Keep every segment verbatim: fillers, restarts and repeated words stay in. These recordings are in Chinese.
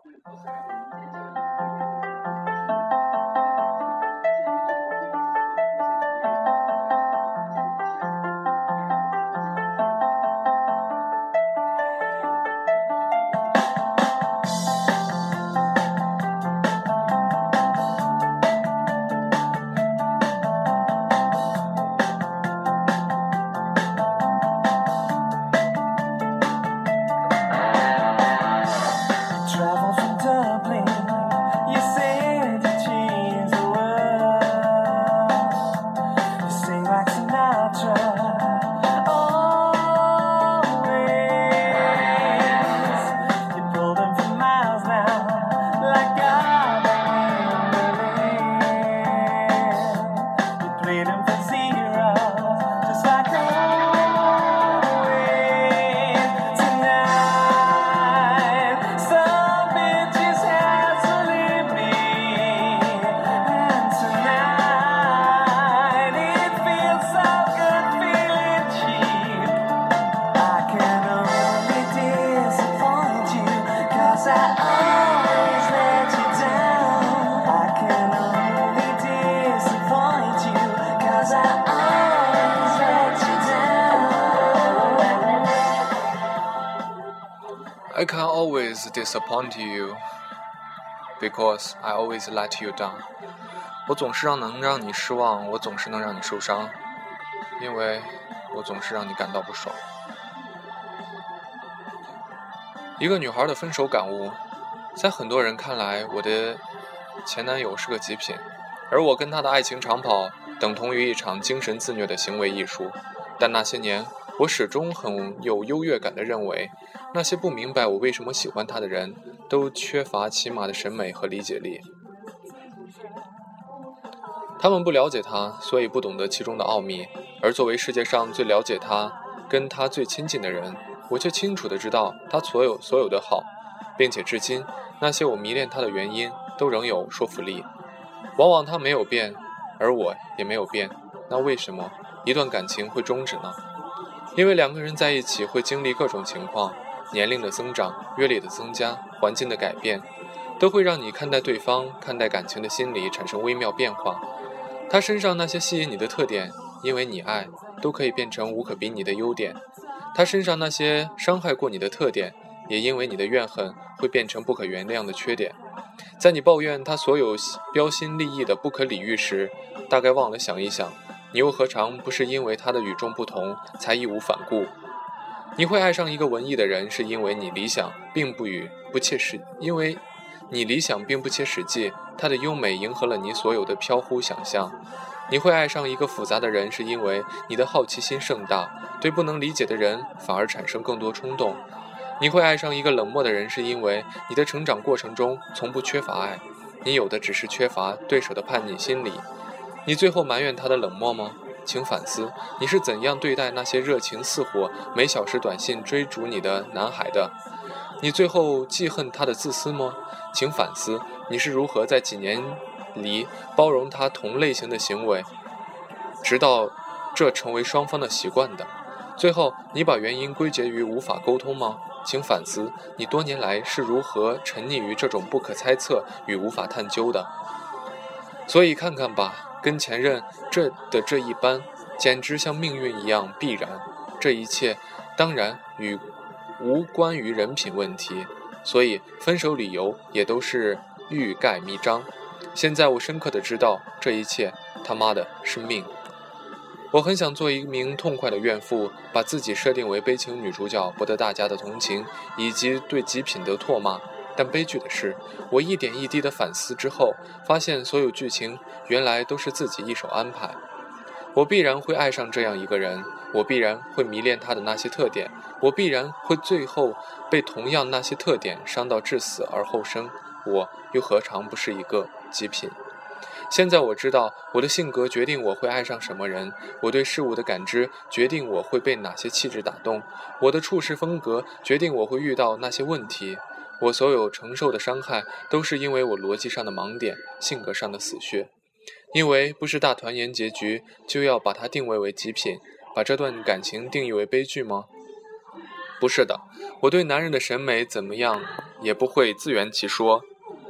I can always disappoint you, because I always let you down. 我总是让能让你失望，我总是能让你受伤，因为我总是让你感到不爽。一个女孩的分手感悟，在很多人看来，我的前男友是个极品，而我跟他的爱情长跑等同于一场精神自虐的行为艺术。但那些年，我始终很有优越感地认为，那些不明白我为什么喜欢他的人都缺乏起码的审美和理解力。他们不了解他，所以不懂得其中的奥秘，而作为世界上最了解他跟他最亲近的人，我却清楚地知道他所有所有的好，并且至今那些我迷恋他的原因都仍有说服力。往往他没有变，而我也没有变，那为什么一段感情会终止呢？因为两个人在一起会经历各种情况，年龄的增长，阅历的增加，环境的改变，都会让你看待对方、看待感情的心理产生微妙变化。他身上那些吸引你的特点，因为你爱，都可以变成无可比拟的优点；他身上那些伤害过你的特点，也因为你的怨恨会变成不可原谅的缺点。在你抱怨他所有标新立异的不可理喻时，大概忘了想一想，你又何尝不是因为他的与众不同才义无反顾？你会爱上一个文艺的人，是因为你理想并不与不切实，因为你理想并不切实际，他的优美迎合了你所有的飘忽想象。你会爱上一个复杂的人，是因为你的好奇心盛大，对不能理解的人反而产生更多冲动。你会爱上一个冷漠的人，是因为你的成长过程中从不缺乏爱，你有的只是缺乏对手的叛逆心理。你最后埋怨他的冷漠吗？请反思，你是怎样对待那些热情似火、每小时短信追逐你的男孩的？你最后记恨他的自私吗？请反思，你是如何在几年里包容他同类型的行为，直到这成为双方的习惯的？最后，你把原因归结于无法沟通吗？请反思，你多年来是如何沉溺于这种不可猜测与无法探究的？所以看看吧，跟前任这的这一般，简直像命运一样必然。这一切当然与无关于人品问题，所以分手理由也都是欲盖弥彰。现在我深刻的知道，这一切他妈的是命。我很想做一名痛快的怨妇，把自己设定为悲情女主角，博得大家的同情以及对极品的唾骂。但悲剧的是，我一点一滴的反思之后，发现所有剧情原来都是自己一手安排。我必然会爱上这样一个人，我必然会迷恋他的那些特点，我必然会最后被同样那些特点伤到至死而后生，我又何尝不是一个极品？现在我知道，我的性格决定我会爱上什么人，我对事物的感知决定我会被哪些气质打动，我的处事风格决定我会遇到那些问题。我所有承受的伤害，都是因为我逻辑上的盲点，性格上的死穴。因为不是大团圆结局，就要把它定位为极品，把这段感情定义为悲剧吗？ 不是的，我对男人的审美怎么样也不会自圆其说。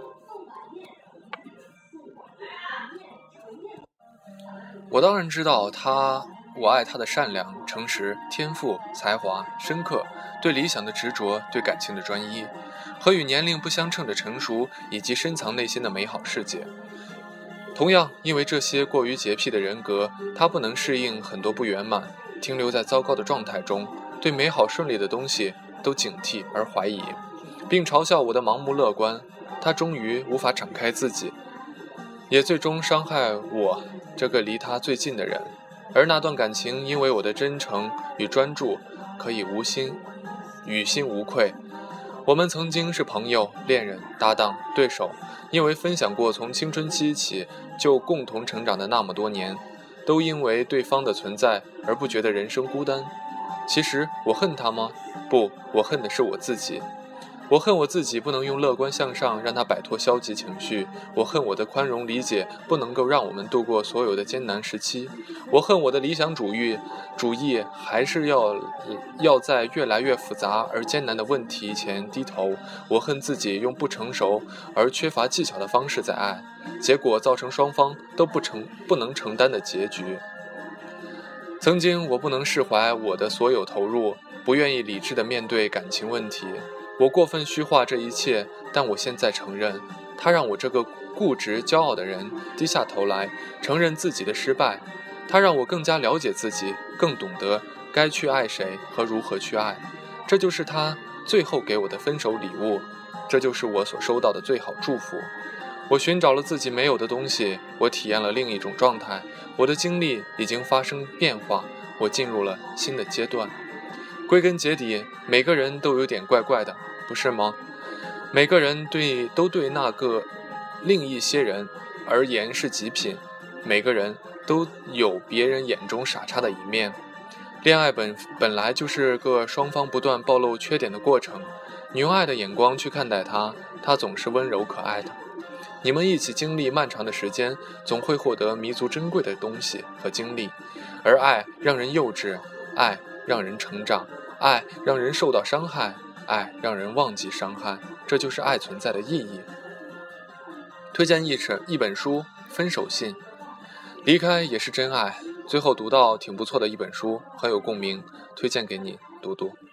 我当然知道他，我爱他的善良、诚实、天赋、才华、深刻，对理想的执着，对感情的专一，和与年龄不相称的成熟，以及深藏内心的美好世界。同样，因为这些过于洁癖的人格，他不能适应很多不圆满，停留在糟糕的状态中，对美好顺利的东西都警惕而怀疑，并嘲笑我的盲目乐观。他终于无法敞开自己，也最终伤害我这个离他最近的人。而那段感情因为我的真诚与专注，可以无心于心无愧。我们曾经是朋友、恋人、搭档、对手，因为分享过从青春期起就共同成长的那么多年，都因为对方的存在而不觉得人生孤单。其实我恨他吗？不，我恨的是我自己。我恨我自己不能用乐观向上让他摆脱消极情绪，我恨我的宽容理解不能够让我们度过所有的艰难时期，我恨我的理想主义主义还是要要在越来越复杂而艰难的问题前低头，我恨自己用不成熟而缺乏技巧的方式在爱，结果造成双方都不成不能承担的结局。曾经我不能释怀我的所有投入，不愿意理智地面对感情问题，我过分虚化这一切，但我现在承认，他让我这个固执骄傲的人低下头来，承认自己的失败。他让我更加了解自己，更懂得该去爱谁和如何去爱。这就是他最后给我的分手礼物，这就是我所收到的最好祝福。我寻找了自己没有的东西，我体验了另一种状态，我的经历已经发生变化，我进入了新的阶段。归根结底，每个人都有点怪怪的，不是吗？每个人对都对那个另一些人而言是极品，每个人都有别人眼中傻叉的一面。恋爱本本来就是个双方不断暴露缺点的过程，你用爱的眼光去看待它，它总是温柔可爱的。你们一起经历漫长的时间，总会获得弥足珍贵的东西和经历。而爱让人幼稚，爱让人成长，爱让人受到伤害，爱让人忘记伤害，这就是爱存在的意义。推荐一本一本书《分手信》，离开也是真爱。最后读到挺不错的一本书，很有共鸣，推荐给你读读。